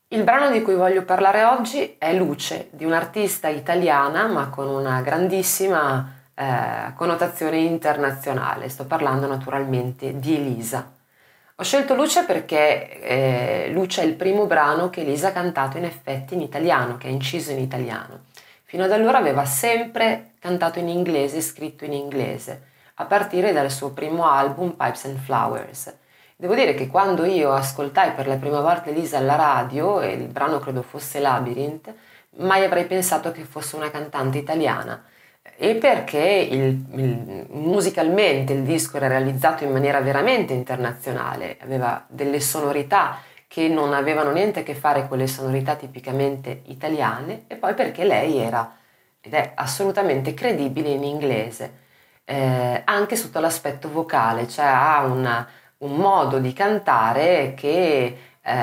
Il brano di cui voglio parlare oggi è Luce, di un'artista italiana ma con una grandissima connotazione internazionale. Sto parlando naturalmente di Elisa. Ho scelto Luce perché Luce è il primo brano che Elisa ha cantato in effetti in italiano, che ha inciso in italiano. Fino ad allora aveva sempre cantato in inglese, scritto in inglese, a partire dal suo primo album Pipes and Flowers. Devo dire che quando io ascoltai per la prima volta Elisa alla radio, e il brano credo fosse Labyrinth, mai avrei pensato che fosse una cantante italiana. E perché musicalmente il disco era realizzato in maniera veramente internazionale, aveva delle sonorità che non avevano niente a che fare con le sonorità tipicamente italiane, e poi perché lei era ed è assolutamente credibile in inglese, anche sotto l'aspetto vocale, cioè ha un modo di cantare che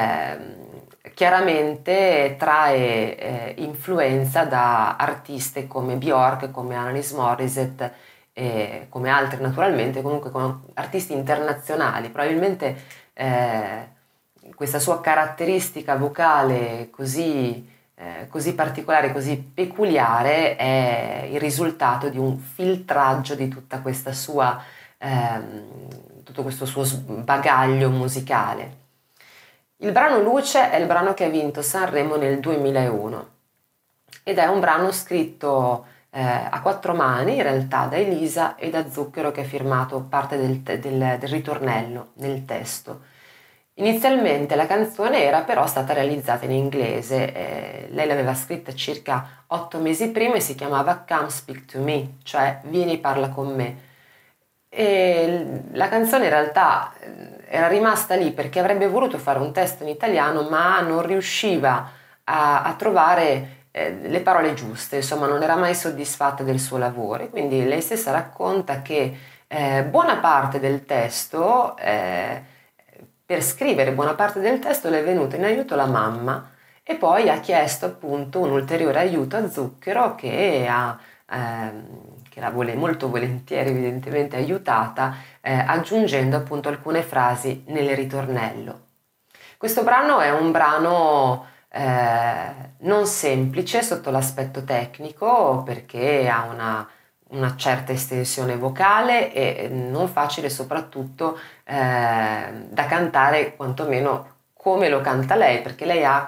chiaramente trae influenza da artiste come Björk, come Alanis Morissette, come altri naturalmente, comunque con artisti internazionali. Probabilmente questa sua caratteristica vocale così particolare, così peculiare è il risultato di un filtraggio di tutta questa sua tutto questo suo bagaglio musicale. Il brano Luce è il brano che ha vinto Sanremo nel 2001 ed è un brano scritto a quattro mani, in realtà da Elisa e da Zucchero, che ha firmato parte del ritornello nel testo. Inizialmente la canzone era però stata realizzata in inglese, lei l'aveva scritta circa 8 mesi prima e si chiamava Come Speak to Me, cioè vieni parla con me. E la canzone in realtà era rimasta lì perché avrebbe voluto fare un testo in italiano, ma non riusciva a trovare le parole giuste, insomma non era mai soddisfatta del suo lavoro. E quindi lei stessa racconta che buona parte del testo, per scrivere buona parte del testo le è venuta in aiuto la mamma, e poi ha chiesto appunto un ulteriore aiuto a Zucchero, che la vuole molto volentieri evidentemente aiutata, aggiungendo appunto alcune frasi nel ritornello. Questo brano è un brano non semplice sotto l'aspetto tecnico, perché ha una certa estensione vocale e non facile soprattutto da cantare, quantomeno come lo canta lei, perché lei ha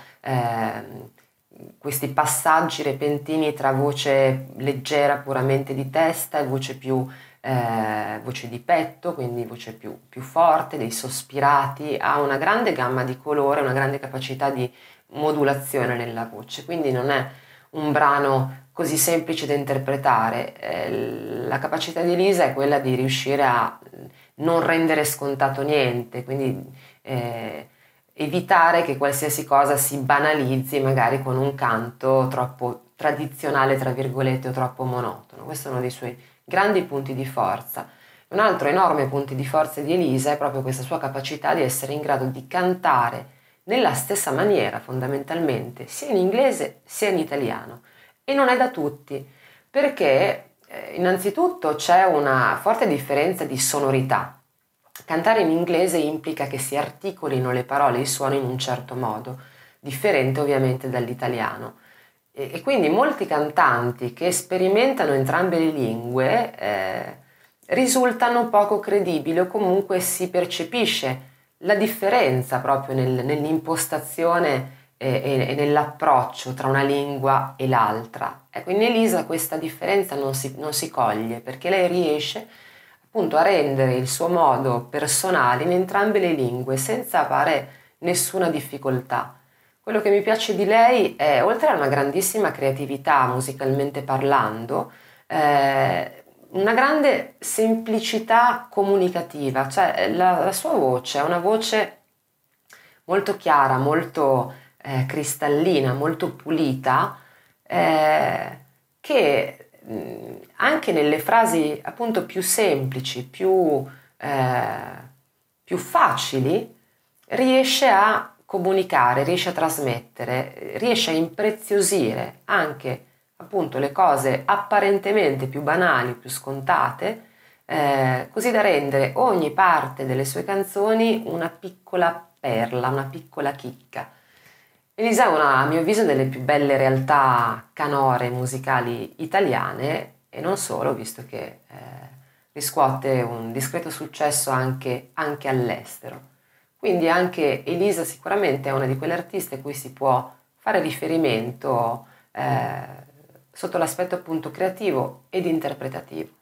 questi passaggi repentini tra voce leggera puramente di testa e voce di petto, quindi voce più forte, dei sospirati, ha una grande gamma di colore, una grande capacità di modulazione nella voce, quindi non è un brano così semplice da interpretare. La capacità di Elisa è quella di riuscire a non rendere scontato niente, quindi evitare che qualsiasi cosa si banalizzi magari con un canto troppo tradizionale, tra virgolette, o troppo monotono. Questo è uno dei suoi grandi punti di forza. Un altro enorme punto di forza di Elisa è proprio questa sua capacità di essere in grado di cantare nella stessa maniera, fondamentalmente, sia in inglese sia in italiano. E non è da tutti, perché innanzitutto c'è una forte differenza di sonorità. Cantare in inglese implica che si articolino le parole e i suoni in un certo modo, differente ovviamente dall'italiano. E quindi molti cantanti che sperimentano entrambe le lingue risultano poco credibili, o comunque si percepisce la differenza proprio nell'impostazione e nell'approccio tra una lingua e l'altra. Ecco, in Elisa questa differenza non si coglie, perché lei riesce appunto a rendere il suo modo personale in entrambe le lingue senza fare nessuna difficoltà. Quello che mi piace di lei è, oltre a una grandissima creatività musicalmente parlando, una grande semplicità comunicativa, cioè la sua voce è una voce molto chiara, molto cristallina, molto pulita, che anche nelle frasi appunto più semplici, più facili, riesce a comunicare, riesce a trasmettere, riesce a impreziosire anche appunto le cose apparentemente più banali, più scontate, così da rendere ogni parte delle sue canzoni una piccola perla, una piccola chicca. Elisa è una, a mio avviso, delle più belle realtà canore musicali italiane e non solo, visto che riscuote un discreto successo anche all'estero. Quindi anche Elisa sicuramente è una di quelle artiste a cui si può fare riferimento sotto l'aspetto appunto creativo ed interpretativo.